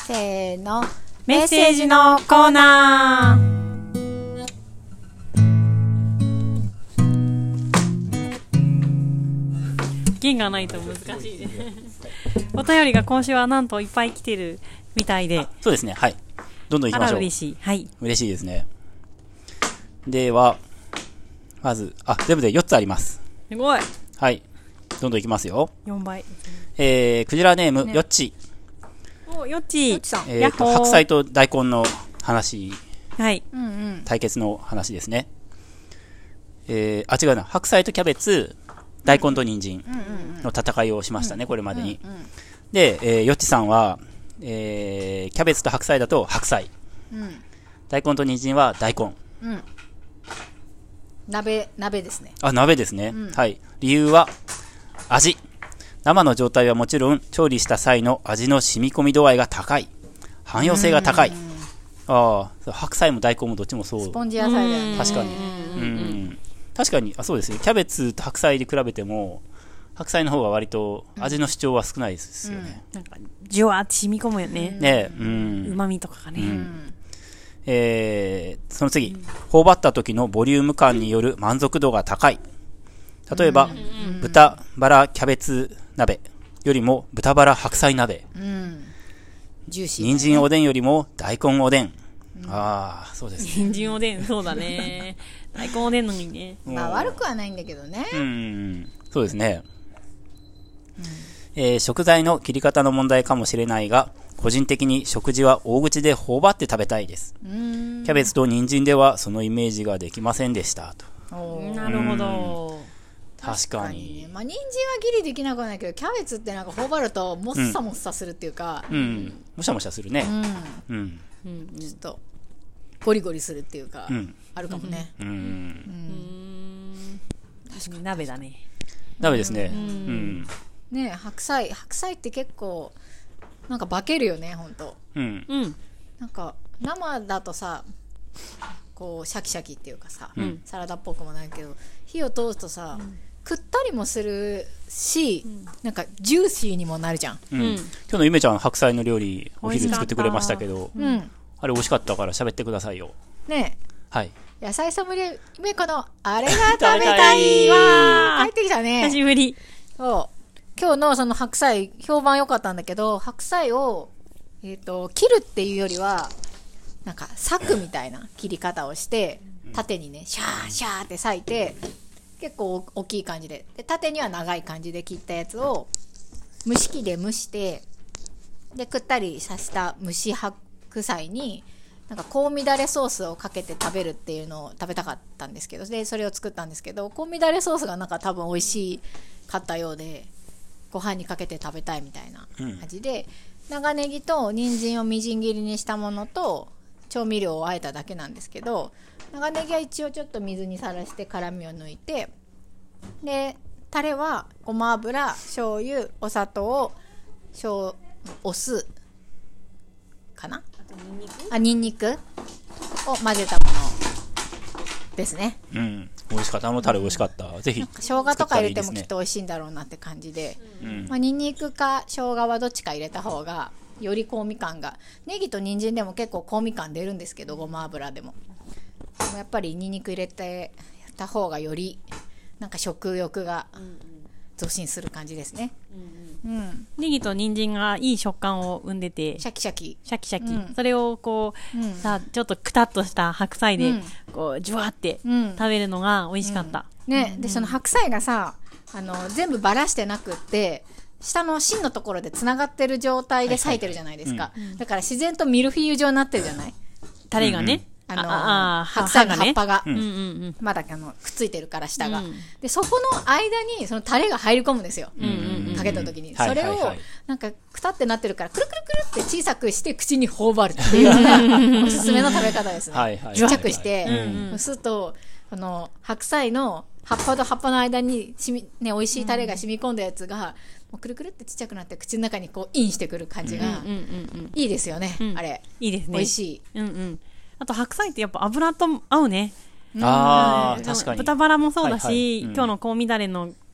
せーの、 メッセージのコーナー。弦がないと難しいね。お便りが今週はなんといっぱい来てるみたいで。 そうですね。はい。どんどん行きましょう。 嬉しい。はい。 嬉しいですね。では、まず、全部で4つあります。 すごい。 はい。どんどん行きますよ。 4倍。 クジラネーム、よっち。 お、よっち。 白菜と大根の話。 はい。 対決の話ですね。違うな。白菜とキャベツ、大根と人参の戦いをしましたね、これまでに。で、よっちさんは、キャベツと白菜だと白菜。大根と人参は大根。 鍋ですね。 鍋ですね。はい。理由は、味。生の状態はもちろん、調理した際の味の染み込み度合いが高い。汎用性が高い。白菜も大根もどっちもそう。 スポンジ野菜だよね。 確かに。確かに、そうですね。キャベツと白菜で比べても、白菜の方が割と味の主張は少ないですよね。 なんか、じゅわーって染み込むよね。 ね旨味とかがね。 その次、頬張った時のボリューム感による満足度が高い。例えば、豚バラキャベツ鍋よりも豚バラ白菜鍋。 ジューシー。 人参おでんよりも大根おでん。そうですね。 人参おでん、そうだね。大根おでんのにね。 まあ悪くはないんだけどね。 そうですね。食材の切り方の問題かもしれないが、個人的に食事は大口で頬張って食べたいです。キャベツと人参ではそのイメージができませんでしたと。 なるほど。 確かに。 まあ人参はギリできなくはないけど、キャベツってなんか頬張るともっさもっさするっていうか、 もしゃもしゃするね。 ちょっとゴリゴリするっていうか、あるかもね。 確かに鍋だね。 鍋ですね。 ね、白菜って結構なんか化けるよね、ほんと。なんか生だとさ、こうシャキシャキっていうかさ、サラダっぽくもないけど、火を通すとさ、食ったりもするし、なんかジューシーにもなるじゃん。 今日のゆめちゃん白菜の料理お昼作ってくれましたけど、あれ美味しかったから喋ってくださいよ。 ねえ。 はい。 野菜ソムリエゆめこのあれが食べたいわー。帰ってきたね。 久しぶり。 そう。今日のその白菜評判良かったんだけど、白菜を切るっていうよりはなんか裂くみたいな切り方をして、縦にねシャーシャーって裂いて、結構大きい感じで、縦には長い感じで切ったやつを蒸し器で蒸して、でくったりさせた蒸し白菜になんか香味だれソースをかけて食べるっていうのを食べたかったんですけど、でそれを作ったんですけど、香味だれソースがなんか多分美味しかったようで、ご飯にかけて食べたいみたいな味で、長ネギと人参をみじん切りにしたものと調味料をあえただけなんですけど、長ネギは一応ちょっと水にさらして辛みを抜いて、でタレはごま油、醤油、お砂糖、お酢かな、ニンニクを混ぜたものですね。 美味しかった。タレ美味しかった。ぜひ生姜とか入れてもきっと美味しいんだろうなって感じで、ニンニクか生姜はどっちか入れた方がより香味感が、ネギと人参でも結構香味感出るんですけど、ごま油でもやっぱりニンニク入れてやった方がよりなんか食欲が増進する感じですね。 ネギと人参がいい食感を生んでて、 シャキシャキ、 それをこう、さちょっとくたっとした白菜でこうジュワって食べるのが美味しかった。 でその白菜がさ、全部ばらしてなくって、下の芯のところでつながってる状態で裂いてるじゃないですか。だから自然とミルフィーユ状になってるじゃない、タレがね。白菜の葉っぱがまだくっついてるから下が、でそこの間にそのタレが入り込むんですよ、かけた時に。それをなんかくたってなってるから、くるくるくるって小さくして口に頬張るっていうのがおすすめの食べ方ですね。ちっちゃくして、そうするとこの白菜の葉っぱと葉っぱの間に美味しいタレが染み込んだやつがもうくるくるってちっちゃくなって口の中にこうインしてくる感じがいいですよね。あれいいですね。 美味しい。 あと白菜ってやっぱ油と合うね。 確かに。 豚バラもそうだし、今日の香味だれの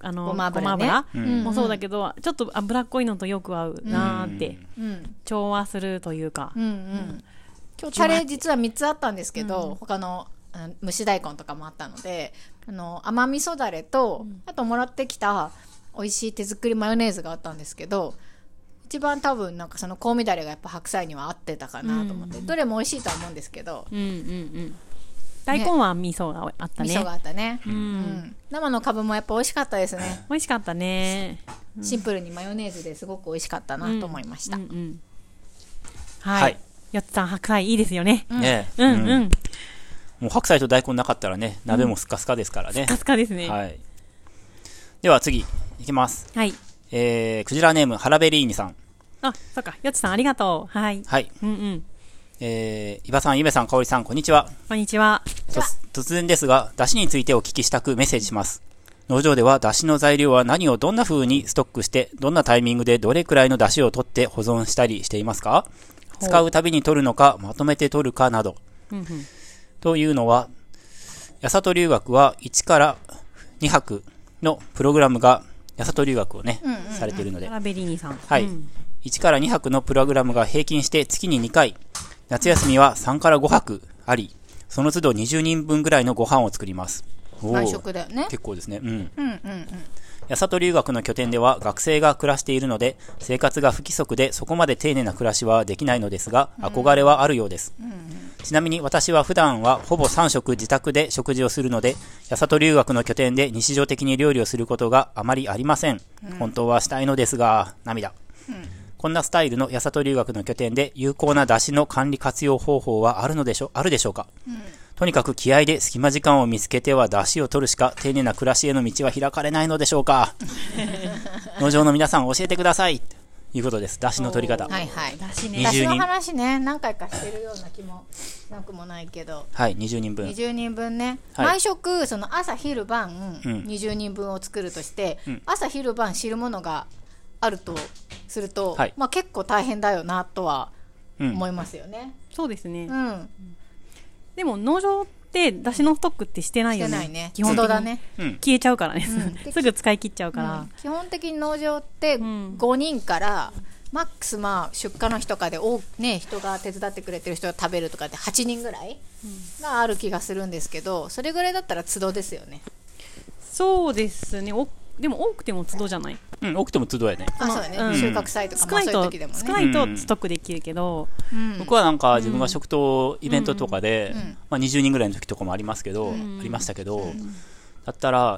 ごま油ねもそうだけど、ちょっと脂っこいのとよく合うなーって、調和するというか。 今日タレ実は3つあったんですけど、他の蒸し大根とかもあったので、甘味噌だれと、あともらってきた美味しい手作りマヨネーズがあったんですけど、一番多分なんかその香味だれがやっぱ白菜には合ってたかなと思って、どれも美味しいとは思うんですけど、 大根は味噌があったね。 味噌があったね。生のカブもやっぱ美味しかったですね。 美味しかったね。 シンプルにマヨネーズですごく美味しかったなと思いました。 はい。よっつさん、白菜いいですよね。 もう白菜と大根なかったらね、鍋もスカスカですからね。 スカスカですね。 はい。では次、いきます。 はい。 クジラネーム、ハラベリーニさん。 あ、そっか。よっつさん、ありがとう。はい。 はい。伊庭さん、ゆめさん、かおりさん、こんにちは。 こんにちは。 突然ですが、出汁についてお聞きしたくメッセージします。農場では出汁の材料は何をどんな風にストックして、どんなタイミングでどれくらいの出汁を取って保存したりしていますか？使うたびに取るのか、まとめて取るかなど。というのは、八里留学は1から2泊のプログラムが、八里留学をね、されているので。 ハラベリーニさん。 はい。1から2泊のプログラムが平均して月に2回、夏休みは3から5泊あり、その都度20人分ぐらいのご飯を作ります。 毎食だよね。 結構ですね。八里留学の拠点では学生が暮らしているので、生活が不規則でそこまで丁寧な暮らしはできないのですが、憧れはあるようです。ちなみに私は普段はほぼ3食自宅で食事をするので、八里留学の拠点で日常的に料理をすることがあまりありません。本当はしたいのですが、涙。こんなスタイルの八里留学の拠点で有効な出汁の管理活用方法はあるでしょうか？とにかく気合で隙間時間を見つけては出汁を取るしか丁寧な暮らしへの道は開かれないのでしょうか？農場の皆さん教えてくださいということです。出汁の取り方。 はいはい。出汁の話ね、何回かしてるような気もなくもないけど。 はい、20人分。 20人分ね。毎食、その朝昼晩、20人分を作るとして、朝昼晩汁物があるとすると、まあ結構大変だよなとは思いますよね。 そうですね。でも農場って出汁のストックってしてないよね。してないね。 基本的だね。 消えちゃうからね。すぐ使い切っちゃうから。 基本的に農場って5人からマックスまあ出荷の日とかで人が手伝ってくれてる人が食べるとかで8人ぐらいがある気がするんですけど、それぐらいだったら都度ですよね。 そうですね。でも多くても都度じゃない？ 多くても都度やね。 そうだね。収穫祭とかそういう時でもね。 少ないとストックできるけど、 僕はなんか自分が食堂イベントとかで、まあ20人ぐらいの時とかもありましたけど、だったら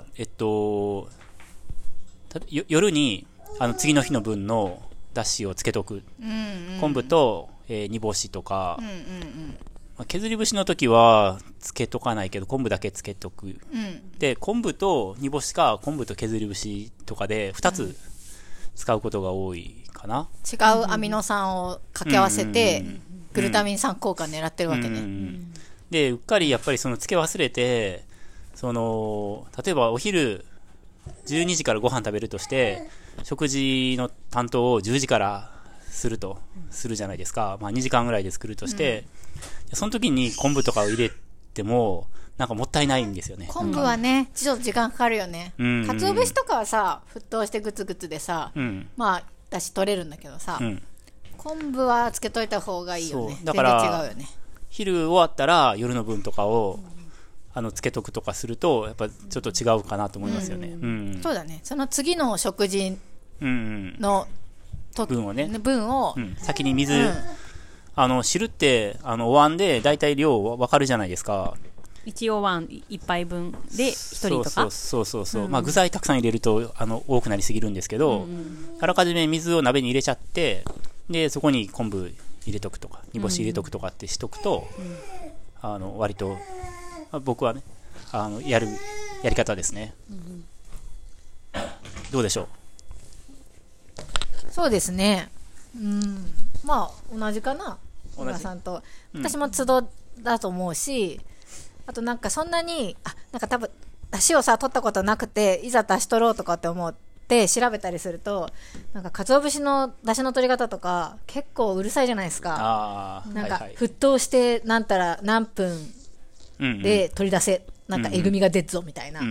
夜に次の日の分のだしをつけとく。昆布と煮干しとか。削り節の時はつけとかないけど昆布だけつけとく、で昆布と煮干しか昆布と削り節とかで2つ使うことが多いかな。 違うアミノ酸を掛け合わせてグルタミン酸効果狙ってるわけね。 でうっかりやっぱりそのつけ忘れて、例えばお昼12時からご飯食べるとして食事の担当を10時からするじゃないですか。まあ2時間ぐらいで作るとして、その時に昆布とかを入れてもなんかもったいないんですよね。 昆布はね、ちょっと時間かかるよね。鰹節とかはさ、沸騰してグツグツでさ、まあだし取れるんだけどさ、昆布はつけといた方がいいよね。 だから全然違うよね。 昼終わったら夜の分とかをつけとくとかするとやっぱちょっと違うかなと思いますよね。 そうだね。その次の食事の分を先に水、汁ってお椀でだいたい量分かるじゃないですか。 1お椀1杯分で1人とか。 そう、まあ具材たくさん入れると多くなりすぎるんですけど、あらかじめ水を鍋に入れちゃって、でそこに昆布入れとくとか煮干し入れとくとかってしとくと、割と僕はねやり方ですね。どうでしょう？ そうですね。まあ同じかな。皆さんと私も都度だと思うし、あとなんかそんなになんか多分出汁をさ取ったことなくて、いざ出汁取ろうとかって思って調べたりすると、なんか鰹節の出汁の取り方とか結構うるさいじゃないですか。なんか沸騰してなんたら何分で取り出せ、なんかえぐみが出っぞみたいな、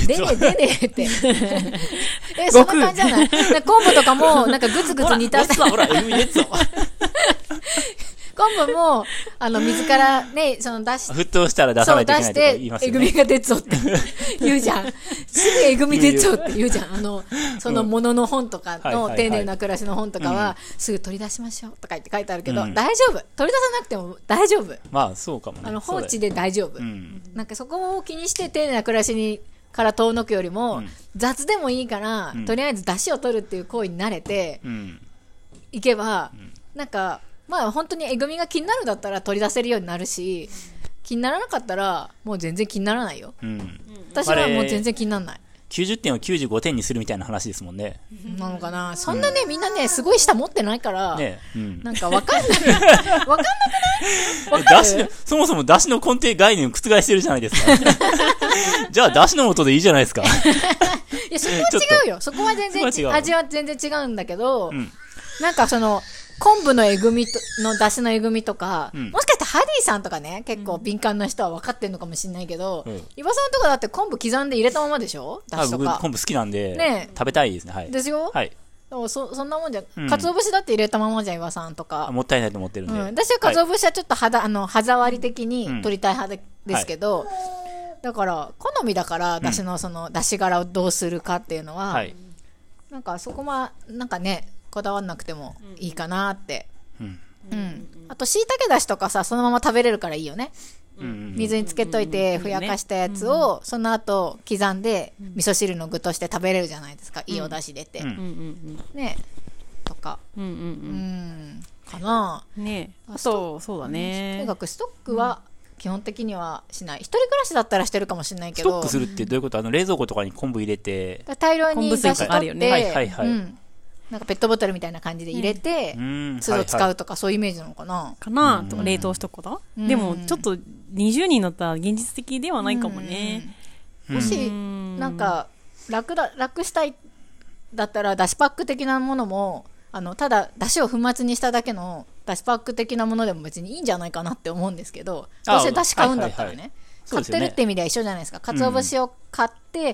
熱は。 出ねえって。そんな感じじゃない？昆布とかも、なんかグツグツ煮た。 ほら、えぐみ熱を。 昆布も、水からね、出して。 沸騰したら出さないといけないとか言いますよね。 えぐみが出つおって言うじゃん。すぐえぐみ出つおって言うじゃん。そのものの本とかの丁寧な暮らしの本とかは、すぐ取り出しましょうとか言って書いてあるけど、大丈夫。取り出さなくても大丈夫。 まあ、そうかもね。 放置で大丈夫。なんかそこを気にして丁寧な暮らしから遠のくよりも、雑でもいいから、とりあえず出汁を取るっていう行為に慣れて、いけば、なんか、まあ本当にえぐみが気になるんだったら取り出せるようになるし、気にならなかったらもう全然気にならないよ。私はもう全然気にならない。 90点を95点にするみたいな話ですもんね。 なのかな。そんなね、みんなね、すごい舌持ってないから、なんかわかんない。わかんなくない？ そもそも出汁の根底概念を覆してるじゃないですか。じゃあ出汁の素でいいじゃないですか。 いや、そこは違うよ。そこは全然、味は全然違うんだけど、なんか昆布のえぐみの出汁のえぐみとか、もしかしてハディさんとかね、結構敏感な人は分かってるのかもしれないけど、岩さんとかだって昆布刻んで入れたままでしょ？出汁とか。 僕昆布好きなんで、食べたいですね。はい。 ですよ。はい。そんなもんじゃ、鰹節だって入れたままじゃん、岩さんとか。 もったいないと思ってるんで。 私は鰹節はちょっと歯触り的に取りたい派ですけど、だから、好みだから、出汁の出汁柄をどうするかっていうのは、なんかそこは、なんかね、こだわんなくてもいいかなって。あと、椎茸だしとかさ、そのまま食べれるからいいよね。水につけといて、ふやかしたやつを、その後、刻んで、味噌汁の具として食べれるじゃないですか。いいお出汁出て。ね。とか。かな。 ね。あと、そうだね。 とにかくストックは、基本的にはしない。一人暮らしだったらしてるかもしれないけど。 ストックするってどういうこと？冷蔵庫とかに昆布入れて。 大量に出汁取って、なんかペットボトルみたいな感じで入れて、都度使うとかそういうイメージなのかな。 とか冷凍しとくこと？でもちょっと20人だったら現実的ではないかもね。 もし、なんか楽したいだったら、だしパック的なものも、ただ、だしを粉末にしただけのだしパック的なものでも別にいいんじゃないかなって思うんですけど、どうせだし買うんだったらね。買ってるって意味では一緒じゃないですか。鰹節を買って、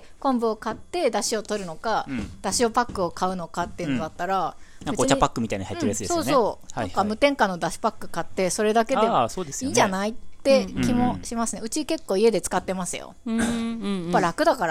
昆布を買って、だしを取るのか、だしをパックを買うのかっていうのだったら、 なんかお茶パックみたいに入ってるやつですよね。 そう。なんか無添加のだしパック買って、それだけでもいいんじゃないって気もしますね。うち結構家で使ってますよ。やっぱ楽だから、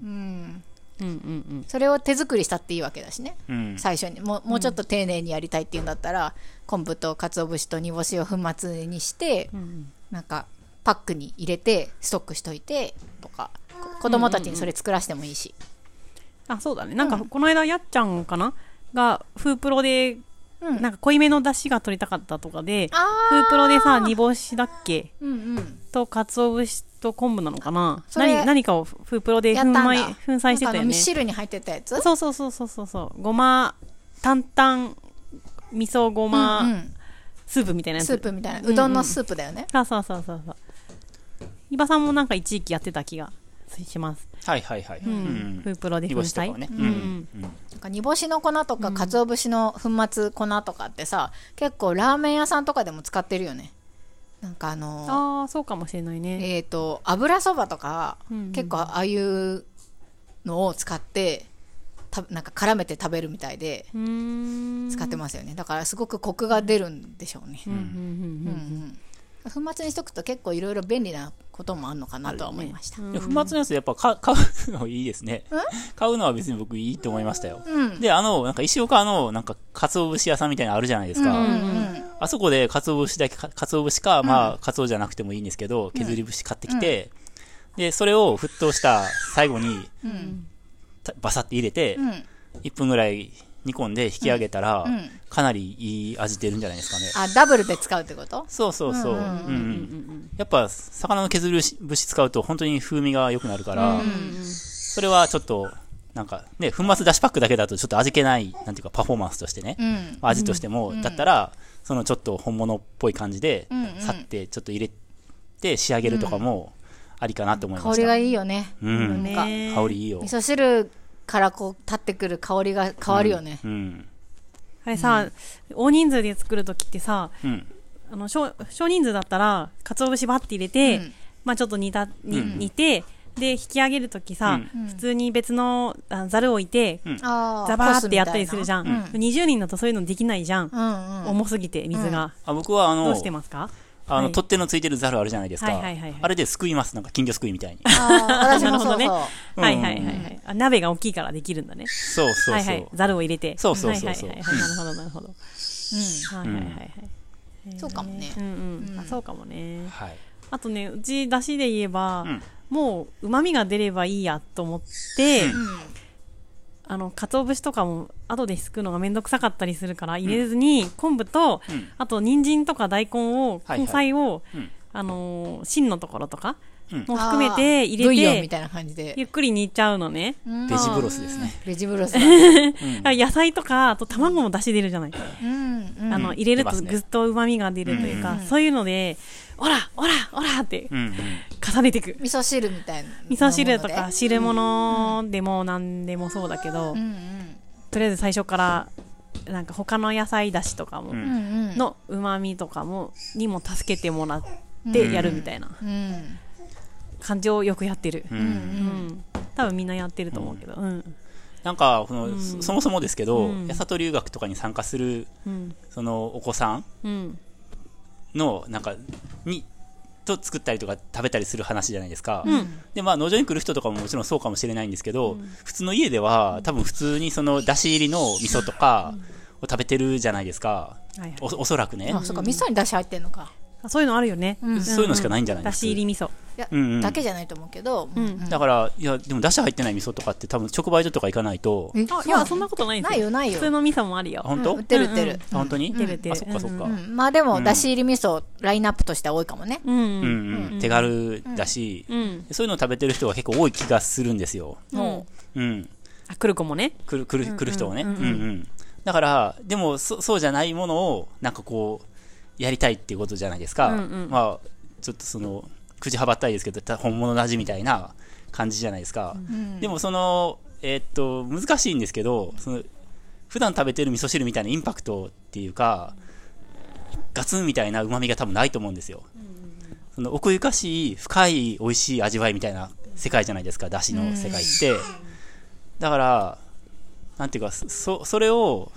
それを手作りしたっていいわけだしね。最初にもうちょっと丁寧にやりたいっていうんだったら、昆布と鰹節と煮干しを粉末にして、なんか、パックに入れてストックしといてとか、子供たちにそれ作らせてもいいし。 そうだね。なんかこの間やっちゃんかながフープロでなんか濃いめの出汁が取りたかったとかで、フープロでさ煮干しだっけと鰹節と昆布なのかな、何かをフープロで粉砕してたよね。 汁に入ってたやつ。 そうごま担々味噌ごまスープみたいなやつ。 スープみたいなうどんのスープだよね。 そう伊庭さんもなんか一時期やってた気がします。 フープロで粉砕ね。 なんか煮干しの粉とか鰹節の粉末粉とかってさ、結構ラーメン屋さんとかでも使ってるよね。なんかそうかもしれないね。 油そばとか、結構ああいうのを使ってなんか絡めて食べるみたいで使ってますよね。だからすごくコクが出るんでしょうね。粉末にしとくと結構いろいろ便利なこともあるのかなとは思いました。 粉末のやつやっぱ買うのいいですね。買うのは別に僕いいと思いましたよ。で、なんか石岡なんか鰹節屋さんみたいなのあるじゃないですか。あそこで鰹節か、まあ鰹じゃなくてもいいんですけど、削り節買ってきて、で、それを沸騰した最後に、バサッて入れて、1分ぐらい煮込んで引き上げたら、かなりいい味出るんじゃないですかね。 ダブルで使うってこと？ そう。やっぱ、魚の削り節使うと本当に風味が良くなるから、それはちょっと、なんかね、粉末だしパックだけだとちょっと味気ない、なんていうかパフォーマンスとしてね、味としても、だったら、そのちょっと本物っぽい感じで、さってちょっと入れて仕上げるとかもありかなと思いました。 香りがいいよね。 香りいいよ。 味噌汁からこう立ってくる香りが変わるよね。 あれさ、大人数で作るときってさ、少人数だったら鰹節バッて入れて、まあちょっと煮て、 で引き上げるときさ、普通に別のざるを置いて、ザバーってやったりするじゃん。20人だとそういうのできないじゃん。重すぎて水が。 僕はどうしてますか？ 取っ手のついてるざるあるじゃないですか。あれですくいます。なんか金魚すくいみたいに。 私もそうそう。 はいはいはいはい。鍋が大きいからできるんだね。 そうそうそう。 はいはい。ざるを入れて。 そうそうそう。 なるほどなるほど。はいはいはいはい。 そうかもね。 そうかもね。 はい。 あとね、うちだしで言えば、もう旨味が出ればいいやと思って、鰹節とかも後ですくのがめんどくさかったりするから入れずに、昆布と、あと人参とか大根を、根菜を、芯のところとかも含めて入れて、 ブイヨンみたいな感じでゆっくり煮ちゃうのね。 ベジブロスですね。 ベジブロスだ。 野菜とか、あと卵も出汁出るじゃない。入れるとぐっと旨味が出るというか、そういうので、オラオラオラって重ねていく。 味噌汁みたいな。 味噌汁とか汁物でも何でもそうだけど、とりあえず最初からなんか他の野菜だしとかもの旨味とかもにも助けてもらってやるみたいな感じをよくやってる。多分みんなやってると思うけど。 なんかそもそもですけど、八郷留学とかに参加するそのお子さんのなんかと作ったりとか食べたりする話じゃないですか。で農場に来る人とかももちろんそうかもしれないんですけど、普通の家では多分普通にそのだし入りの味噌とかを食べてるじゃないですか。おそらくね。 そうか、味噌にだし入ってんのか。 そういうのあるよね。 そういうのしかないんじゃないですか。 だし入り味噌。 いや、だけじゃないと思うけど。 だから、いや、でもだし入ってない味噌とかって多分直売所とか行かないと。 いや、そんなことないですよ。 ないよ、ないよ。 普通の味噌もあるよ。 本当？ 売ってる売ってる。 本当に？ 売ってる売ってる。 そっかそっか。 まあでも、だし入り味噌、ラインナップとしては多いかもね。 手軽だし、そういうのを食べてる人が結構多い気がするんですよ。 来る子もね。 来る人をね。だから、でも、そうじゃないものを、なんかこう、やりたいっていうことじゃないですか。まあ、ちょっと口はばったいですけど、本物の味みたいな感じじゃないですか。でも難しいんですけど、普段食べてる味噌汁みたいなインパクトっていうか、ガツンみたいな旨味が多分ないと思うんですよ。奥ゆかしい、深い、美味しい味わいみたいな世界じゃないですか、だしの世界って。だから、なんていうか、それを、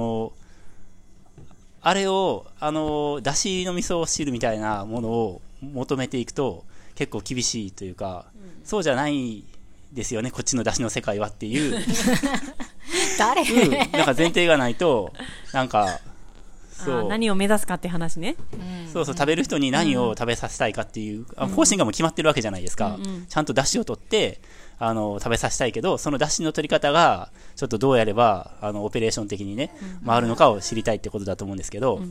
あれを、だしの味噌汁みたいなものを求めていくと結構厳しいというか、そうじゃないですよね、こっちのだしの世界はっていう。 誰？ なんか前提がないと、なんか、 何を目指すかって話ね。 そう食べる人に何を食べさせたいかっていう、方針がもう決まってるわけじゃないですか。ちゃんとだしを取って、食べさせたいけど、そのだしの取り方がちょっとどうやればオペレーション的にね回るのかを知りたいってことだと思うんですけど、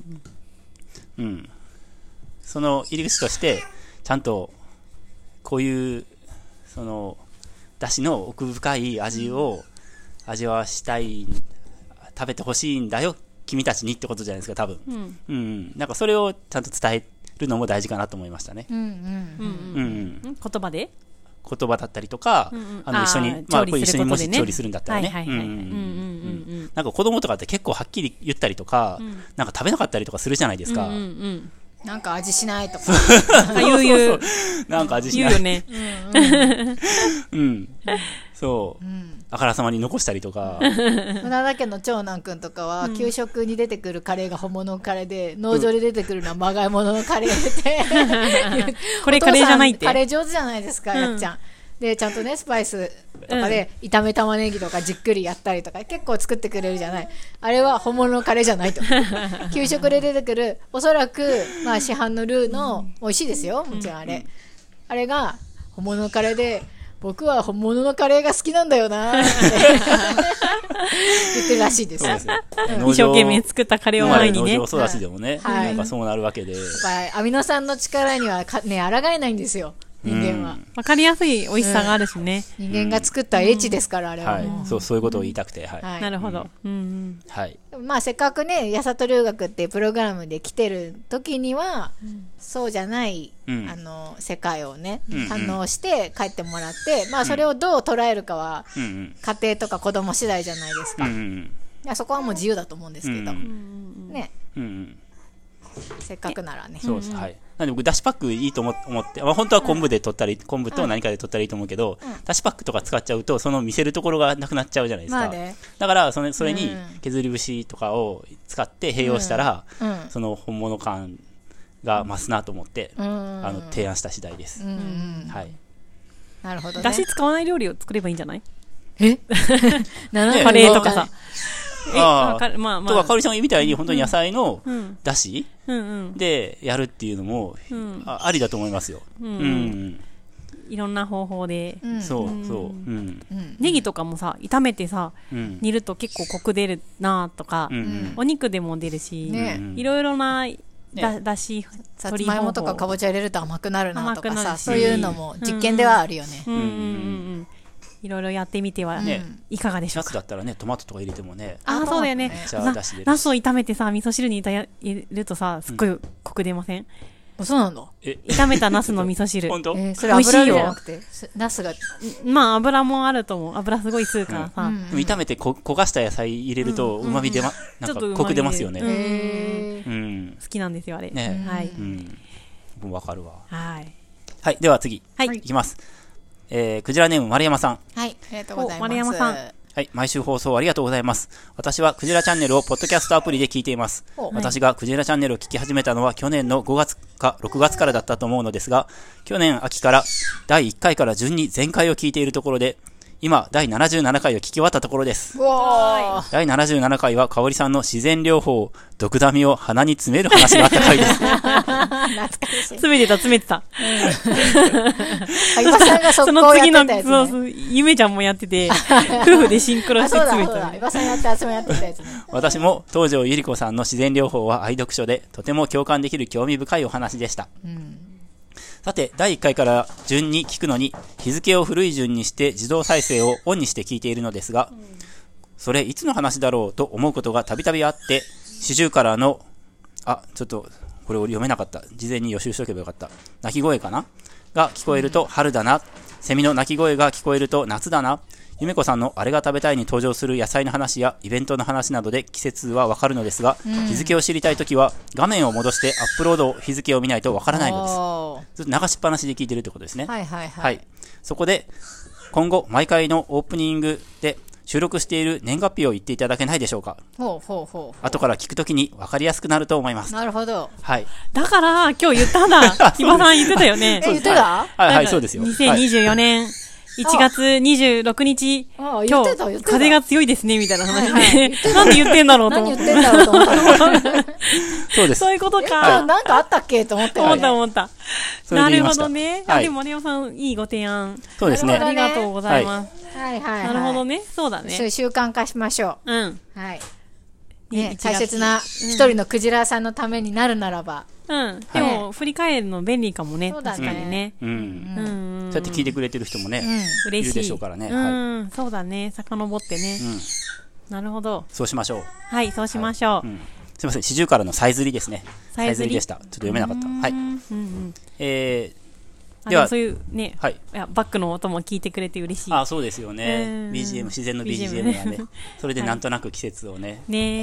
その入り口としてちゃんとこういうだしの奥深い味を味わわしたい、食べてほしいんだよ君たちにってことじゃないですか、多分。なんかそれをちゃんと伝えるのも大事かなと思いましたね。 言葉で言葉だったりとか、一緒に、一緒にもし調理するんだったらね。なんか子供とかって結構はっきり言ったりとか、なんか食べなかったりとかするじゃないですか。 なんか味しないとか。 言う。 なんか味しない。 言うよね。 そう。あからさまに残したりとか。 村田家の長男くんとかは、給食に出てくるカレーが本物のカレーで、農場で出てくるのはまがいもののカレーで。 これカレーじゃないって。 カレー上手じゃないですか、やっちゃん。で、ちゃんとね、スパイスとかで、炒め玉ねぎとかじっくりやったりとか、結構作ってくれるじゃない。あれは本物のカレーじゃないと。給食で出てくる、おそらく、市販のルーの、美味しいですよ、もちろんあれ。あれが、本物のカレーで、僕は本物のカレーが好きなんだよなって言ってるらしいです。 一生懸命作ったカレーを前にね。 農場育ちでもね、なんかそうなるわけで。やっぱりアミノ酸の力には抗えないんですよ。人間は。 わかりやすい美味しさがあるしね。 人間が作った英知ですから、あれは。 そういうことを言いたくて。 なるほど。 せっかくね、八郷留学っていうプログラムで来てる時には、そうじゃない、世界をね、堪能して帰ってもらって、それをどう捉えるかは、家庭とか子供次第じゃないですか。そこはもう自由だと思うんですけど。ね。 せっかくならね。 そうです。はい。なんで僕、だしパックいいと思って、まあ、本当は昆布で取ったり、昆布と何かで取ったらいいと思うけど、だしパックとか使っちゃうと、その見せるところがなくなっちゃうじゃないですか。 まあね、 だから、それに削り節とかを使って併用したら、その本物感が増すなと思って、提案した次第です。はい。 なるほどね。 だし使わない料理を作ればいいんじゃない？ カレーとかさ。 まあ、とか、かおりさんが言うみたいに、本当に野菜のだしでやるっていうのも、ありだと思いますよ。 いろんな方法で。 そう。 ネギとかもさ、炒めてさ、煮ると結構コク出るなとか、お肉でも出るし、いろいろなだし、 さつまいもとかかぼちゃ入れると甘くなるなとかさ、そういうのも実験ではあるよね。 いろいろやってみてはいかがでしょうか。 夏だったらね、トマトとか入れてもね。 そうだよね。ナスを炒めてさ、味噌汁に入れるとさ、すっごいコク出ません？ そうなんだ。 炒めたナスの味噌汁。 本当？ それ油じゃなくて、ナスが。 まあ油もあると思う。油すごい吸うからさ。 炒めて焦がした野菜入れると、旨味なんかコク出ますよね。 好きなんですよ、あれ。 はい。わかるわ。 はい。 はい、では次。いきます。クジラネーム丸山さん。 はい、ありがとうございます。 丸山さん。 はい、毎週放送ありがとうございます。私はクジラチャンネルをポッドキャストアプリで聞いています。私がクジラチャンネルを聞き始めたのは去年の5月か6月からだったと思うのですが、去年秋から第1回から順に全回を聞いているところで、今、第77回を聞き終わったところです。第77回は、かおりさんの自然療法、毒ダミを鼻に詰める話があった回です。 懐かしい。 詰めてた。 相葉さんがその次の、 ゆめちゃんもやってて、夫婦でシンクロして詰めてた。 相葉さんやって、あつもやってたやつね。 私も、東條ゆり子さんの自然療法は愛読書で、とても共感できる興味深いお話でした。さて、第1回から順に聞くのに、日付を古い順にして自動再生をオンにして聞いているのですが、それいつの話だろうと思うことがたびたびあって、四十からの、ちょっと、これを読めなかった。事前に予習しとけばよかった。鳴き声かなが聞こえると春だな。セミの鳴き声が聞こえると夏だな。ゆめこさんのあれが食べたいに登場する野菜の話やイベントの話などで季節はわかるのですが、日付を知りたいときは画面を戻してアップロード日付を見ないとわからないのです。ずっと流しっぱなしで聞いてるってことですね。はい。そこで今後毎回のオープニングで収録している年月日を言っていただけないでしょうか。後から聞くときにわかりやすくなると思います。 なるほど。 はい。 だから今日言ったんだ。ひばさん言ってたよね。 言ってた？ はい、そうですよ。 2024年。1月26日、今日、風が強いですね、みたいな話で。なんで言ってんだろうと思って。 何言ってんだろうと思った。 そうです。そういうことか。 なんかあったっけと思って。 思った。なるほどね。でも、丸山さん、いいご提案。 そうですね。 ありがとうございます。 なるほどね。そうだね。 習慣化しましょう。 はい。 大切な一人のクジラさんのためになるならば。 でも、振り返るの便利かもね。確かにね。 そうやって聞いてくれてる人もね、いるでしょうからね。 そうだね。遡ってね。なるほど。 そうしましょう。 はい、そうしましょう。 すいません、四十からのさえずりですね。さえずりでした。ちょっと読めなかった。はい。 では、そういうね、バックの音も聞いてくれて嬉しい。 そうですよね。BGM、自然の BGM がね。それでなんとなく季節をね。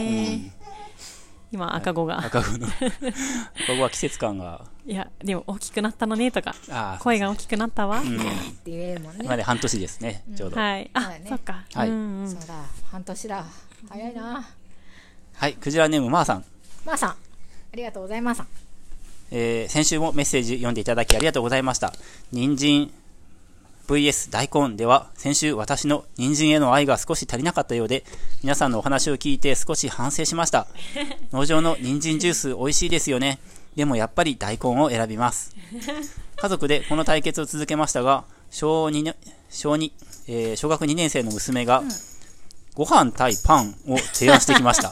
今、赤子が。 赤子は季節感が。 いや、でも大きくなったのねとか、声が大きくなったわ。 今で半年ですね、ちょうど。 はい。そっか。 そうだ、半年だ。早いな。 はい、クジラネームまーさん。 まーさん、ありがとうございます。 先週もメッセージ読んでいただきありがとうございました。人参 VS 大根では先週私の人参への愛が少し足りなかったようで、皆さんのお話を聞いて少し反省しました。農場の人参ジュース美味しいですよね。でもやっぱり大根を選びます。家族でこの対決を続けましたが、小学2年生の娘がご飯対パンを提案してきました。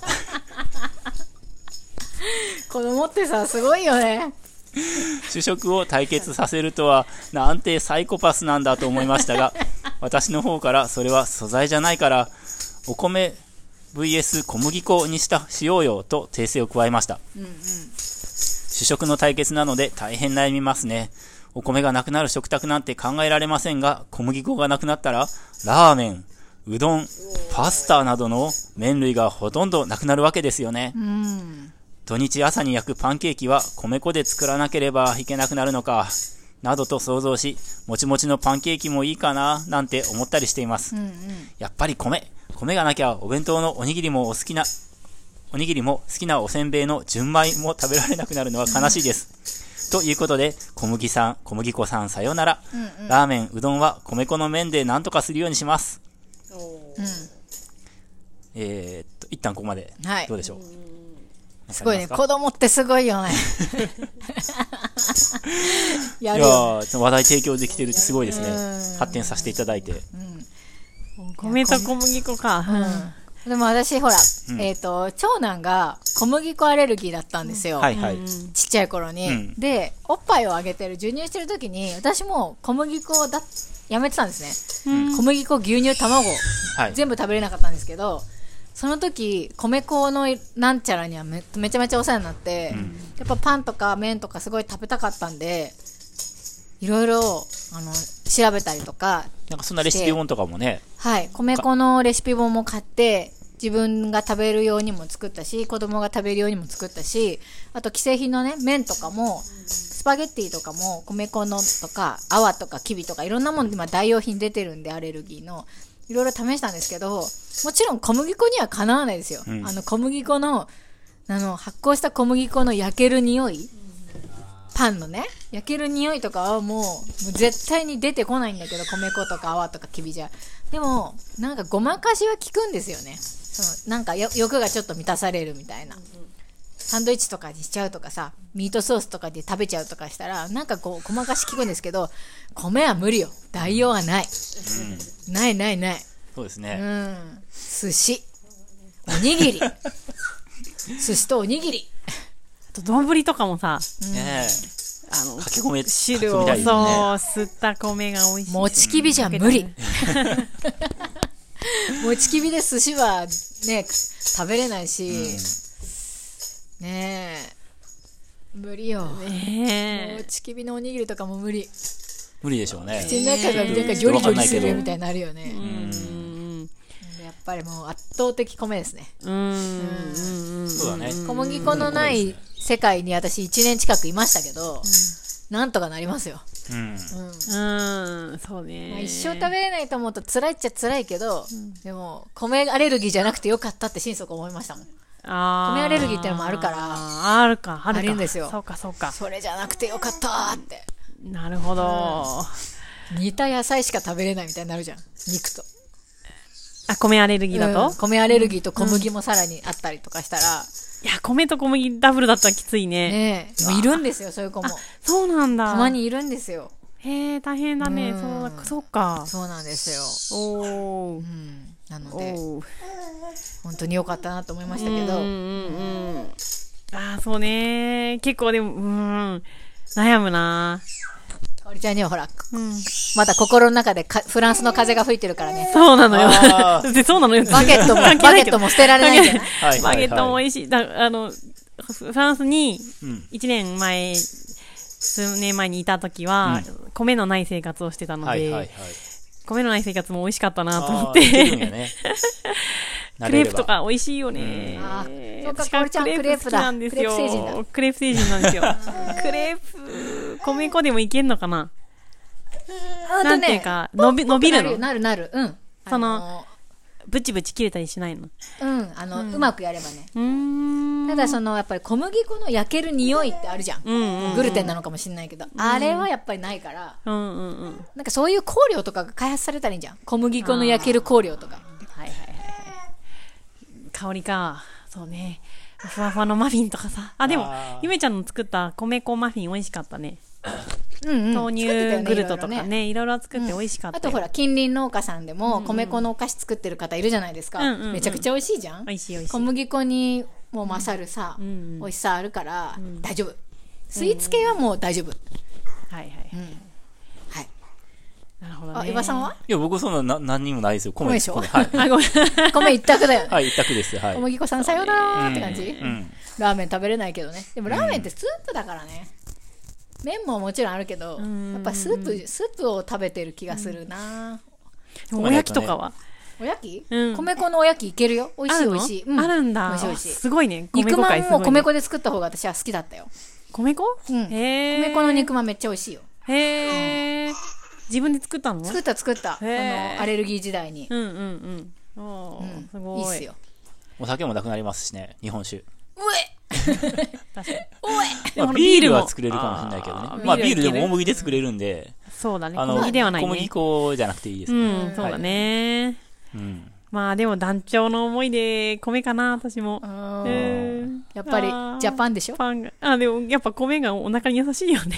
子供ってさ、すごいよね。 主食を対決させるとはなんてサイコパスなんだと思いましたが、私の方からそれは素材じゃないからお米 vs 小麦粉にしようよと訂正を加えました。主食の対決なので大変悩みますね。お米がなくなる食卓なんて考えられませんが、小麦粉がなくなったらラーメン、うどん、パスタなどの麺類がほとんどなくなるわけですよね。 土日朝に焼くパンケーキは米粉で作らなければいけなくなるのか、などと想像し、もちもちのパンケーキもいいかな、なんて思ったりしています。やっぱり米がなきゃお弁当のおにぎりも好きなおせんべいの純米も食べられなくなるのは悲しいです。ということで、小麦粉さんさよなら。ラーメン、うどんは米粉の麺で何とかするようにします。一旦ここまで、どうでしょう。 すごいね。子供ってすごいよね。 やるよね。いや話題提供できてるってすごいですね。発展させていただいて。 米と小麦粉か。 でも私ほら、長男が小麦粉アレルギーだったんですよ。ちっちゃい頃に。で、おっぱいをあげてる、授乳してる時に、私も小麦粉やめてたんですね。小麦粉、牛乳、卵、全部食べれなかったんですけど、その時米粉のなんちゃらにはめちゃめちゃお世話になって、やっぱパンとか麺とかすごい食べたかったんで、いろいろ調べたりとか、 なんかそんなレシピ本とかもね、 米粉のレシピ本も買って自分が食べるようにも作ったし、子供が食べるようにも作ったし、あと既製品のね麺とかもスパゲッティとかも米粉のとか泡とかキビとかいろんなもの今代用品出てるんで、アレルギーのいろいろ試したんですけど、もちろん小麦粉にはかなわないですよ。小麦粉の発酵した小麦粉の焼ける匂い、パンのね焼ける匂いとかはもう絶対に出てこないんだけど、米粉とか泡とかきびじゃ。でもなんかごまかしは効くんですよね。なんか欲がちょっと満たされるみたいな。サンドイッチとかにしちゃうとかさ、ミートソースとかで食べちゃうとかしたらなんかこうごまかし効くんですけど、米は無理よ。代用はない、ない。 そうですね。 寿司、おにぎり寿司とおにぎり、 あと丼とかもさ、 かけ米汁を吸った米が美味しい。 もちきびじゃ無理もちきびで寿司はね食べれないし、ねえ無理よ。もちきびのおにぎりとかも無理でしょうね。 口の中がなんかジョリジョリするみたいになるよね。やっぱりもう圧倒的米ですね。 そうだね。 小麦粉のない世界に私1年近くいましたけど、なんとかなりますよ。 そうね。 一生食べれないと思うと辛いっちゃ辛いけど、でも米アレルギーじゃなくてよかったって心底思いましたもん。米アレルギーってのもあるから、あるんですよ。 そうか。 それじゃなくてよかったって。 なるほど。 煮た野菜しか食べれないみたいになるじゃん、肉と。 米アレルギーだと、 米アレルギーと小麦もさらにあったりとかしたら、 いや、米と小麦ダブルだったらきついね。 いるんですよ、そういう子も。 そうなんだ。 たまにいるんですよ。 へえ、大変だね。そうか。 そうなんですよ。なので本当に良かったなと思いましたけど。 そうね。結構でも悩むな。 かおりちゃんにはほら、まだ心の中でフランスの風が吹いてるからね。 そうなのよ。そうなのよ。 バゲットも捨てられないんじゃない？ バゲットも美味しい。フランスに数年前にいた時は、米のない生活をしてたので、米のない生活も美味しかったなと思って。クレープとか美味しいよね。 そうか、かおりちゃんクレープだ。クレープ星人だ。 クレープ星人なんですよ。クレープ、米粉でもいけんのかな？なんていうか、伸びるの？ なる。 ブチブチ切れたりしないの？ うまくやればね。ただやっぱり小麦粉の焼ける匂いってあるじゃん。グルテンなのかもしれないけど、あれはやっぱりないから、なんかそういう香料とかが開発されたらいいんじゃん。小麦粉の焼ける香料とか。 香りか。そうね。ふわふわのマフィンとかさ。でも、ゆめちゃんの作った米粉マフィン美味しかったね。豆乳グルトとかね、いろいろ作って美味しかった。 あとほら、近隣農家さんでも米粉のお菓子作ってる方いるじゃないですか。めちゃくちゃ美味しいじゃん。 美味しい。 小麦粉にもう勝るさ、美味しさあるから大丈夫。スイーツ系はもう大丈夫。 はい。なるほどね。 岩さんは？ いや、僕そんな何にもないですよ。米でしょ？ はい。 米一択だよね。 はい、一択です。はい。 小麦粉さんさようならって感じ？ラーメン食べれないけどね。でもラーメンってスープだからね。麺ももちろんあるけど、やっぱスープを食べてる気がするな。 おやきとかは？ おやき、 うん、 米粉のおやきいけるよ。美味しい美味しい。 あるんだ。 美味しい美味しい。 すごいね。 肉まんも米粉で作った方が私は好きだったよ。 米粉？ うん。米粉の肉まんめっちゃ美味しいよ。 へー。自分で作ったの？ 作った。アレルギー時代に。 うん。おー、すごい。 いいっすよ。 お酒もなくなりますしね、日本酒。 確かに。 まあ、ビールは作れるかもしれないけどね。まあビールでも大麦で作れるんで。 そうだね。小麦ではないね。 小麦粉じゃなくていいですね。そうだね。まあでも団長の思いで米かな、私も。 やっぱりジャパンでしょ？ パンが。でもやっぱ米がお腹に優しいよね。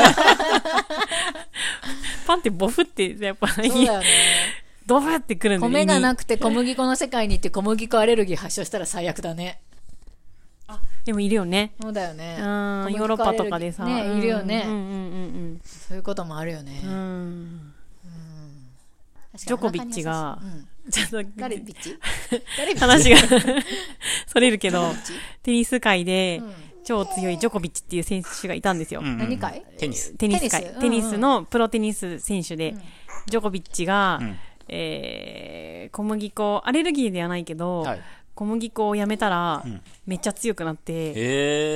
パンってボフってやっぱそうだよね。 ドフってくるんで。 米がなくて小麦粉の世界に行って小麦粉アレルギー発症したら最悪だね。 あ、でもいるよね。 そうだよね。ヨーロッパとかでさ。 ね、いるよね。そういうこともあるよね。 ジョコビッチが、 ちょっと誰ビッチ話がそれるけど、テニス界で超強いジョコビッチっていう選手がいたんですよ。 何界？ テニス界。テニスのプロテニス選手で、ジョコビッチが、小麦粉、アレルギーではないけど、小麦粉をやめたら、めっちゃ強くなって、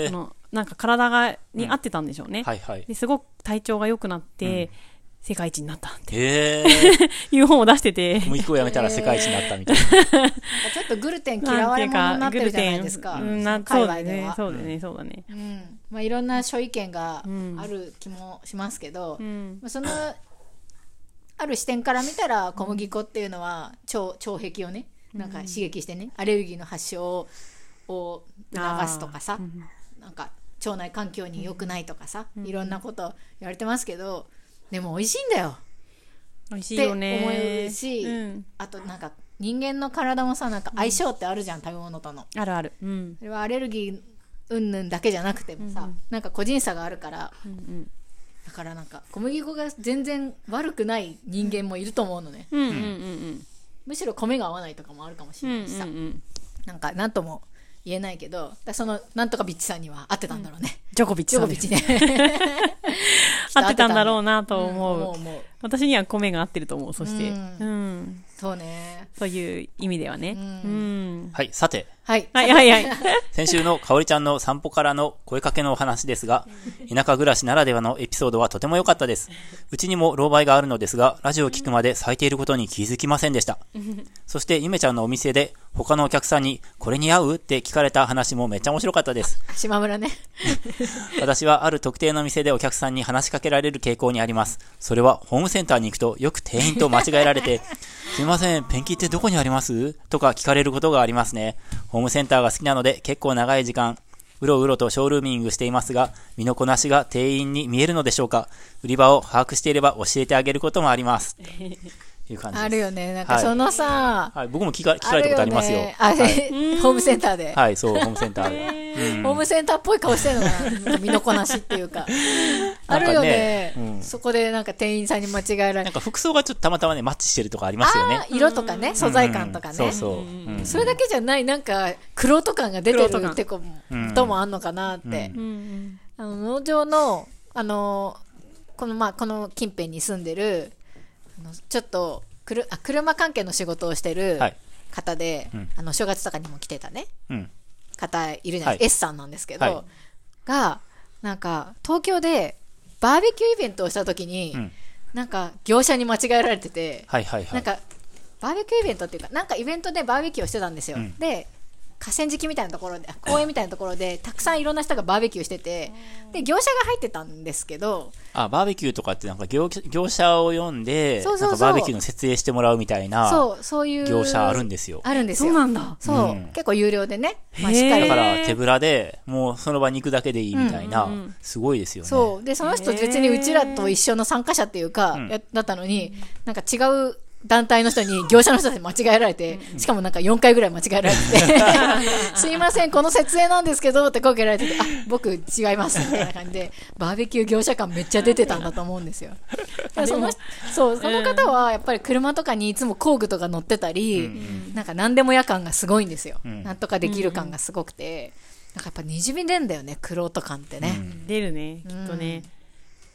なんか体に合ってたんでしょうね。ですごく体調が良くなって、世界一になったっていう本を出してて。 小麦粉をやめたら世界一になったみたいな。 ちょっとグルテン嫌われ者になってるじゃないですか。 そうだね。そうだね。 まあいろんな諸意見がある気もしますけど、その、ある視点から見たら小麦粉っていうのは腸壁をね、なんか刺激してね、アレルギーの発症を促すとかさ、なんか腸内環境に良くないとかさ、いろんなこと言われてますけど、でも美味しいんだよ。 美味しいよね。 って思うし、あとなんか人間の体もさ、なんか相性ってあるじゃん、食べ物との。 あるある。 それはアレルギー云々だけじゃなくてもさ、なんか個人差があるから、だからなんか小麦粉が全然悪くない人間もいると思うのね。むしろ米が合わないとかもあるかもしれないしさ、なんか何とも言えないけど、そのなんとかビッチさんには合ってたんだろうね。 ジョコビッチさんね。合ってたんだろうなと思う。私には米が合ってると思う。そして、 そうね。 そういう意味ではね。 はい、さて。 はい。 先週のかおりちゃんの散歩からの声かけのお話ですが、田舎暮らしならではのエピソードはとても良かったです。うちにも老媒があるのですが、ラジオを聞くまで咲いていることに気づきませんでした。そしてゆめちゃんのお店で他のお客さんにこれに合うって聞かれた話もめっちゃ面白かったです。 島村ね。 私はある特定の店でお客さんに話しかけられる傾向にあります。それはホームセンターに行くとよく店員と間違えられて、すいません、ペンキってどこにありますとか聞かれることがありますね。ホームセンターが好きなので結構長い時間、うろうろとショールーミングしていますが、身のこなしが店員に見えるのでしょうか。売り場を把握していれば教えてあげることもあります。いう感じです。 あるよね。なんかそのさ、 僕も聞かれたことありますよ。 ホームセンターで。 はい、そう、ホームセンターで。 ホームセンターっぽい顔してるのかな。身のこなしっていうか。あるよね。そこでなんか店員さんに間違えられる。 なんか服装がちょっとたまたまね、マッチしてるとかありますよね。 色とかね、素材感とかね。 そうそう。 それだけじゃない、なんか、玄人感が出てるってこともあんのかなって。農場の、この近辺に住んでる、ちょっと、車関係の仕事をしてる方で、正月とかにも来てたね、方いるじゃないですか、S さんなんですけど、が、なんか、東京でバーベキューイベントをした時に、なんか、業者に間違えられてて、なんか、バーベキューイベントっていうか、なんかイベントでバーベキューをしてたんですよ。で、河川敷みたいなところで、公園みたいなところで、たくさんいろんな人がバーベキューしてて、で、業者が入ってたんですけど、 バーベキューとかってなんか業者を呼んで、なんかバーベキューの設営してもらうみたいな、 そういう業者あるんですよ。 あるんですよ。 そうなんだ。 そう。結構有料でね。しっかり。 だから手ぶらで、もうその場に行くだけでいいみたいな、すごいですよね。 そう。で、その人別にうちらと一緒の参加者っていうか、だったのに、なんか違う、団体の人に業者の人たちに間違えられて、しかもなんか4回ぐらい間違えられてすいませんこの設営なんですけどって声かけられてて、僕違いますみたいな感じでバーベキュー業者感めっちゃ出てたんだと思うんですよ。その方はやっぱり車とかにいつも工具とか乗ってたり、なんか何でも屋感がすごいんですよ。なんとかできる感がすごくて、なんかやっぱにじみ出んだよね、玄人感ってね。 出るね、きっとね。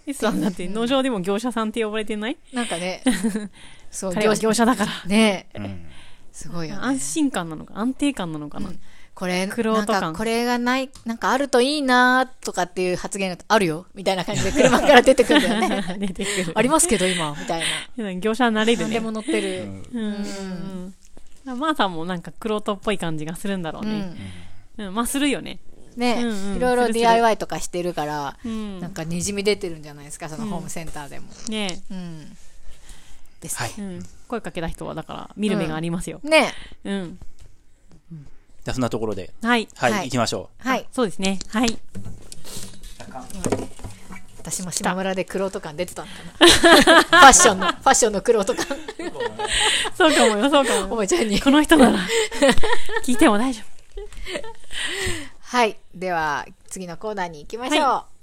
S さんだって農場でも業者さんって呼ばれてない？ なんかね、そう、 彼は業者だから。 ね、 うん。 すごいよね。 安心感なのか、安定感なのかな。 これ、 玄人感。 なんかこれがない、なんかあるといいなとかっていう発言があるよみたいな感じで車から出てくるんだよね。 出てくる。 ありますけど今、みたいな。 業者になれるね。 何でも乗ってる。 マーさんもなんか玄人っぽい感じがするんだろうね。まあするよね。 ね、いろいろ DIY とかしてるから、なんかにじみ出てるんじゃないですか、そのホームセンターでも。 ねですね。声かけた人はだから見る目がありますよ。 ね。 うん。 じゃあそんなところで。 はい。 はい、行きましょう。はい。 そうですね。はい。 私も島村で玄人感出てたんだな。ファッションの玄人感。 そうかもよ、そうかも。 おばちゃんに。 この人なら、聞いても大丈夫。 はい。では、次のコーナーに行きましょう。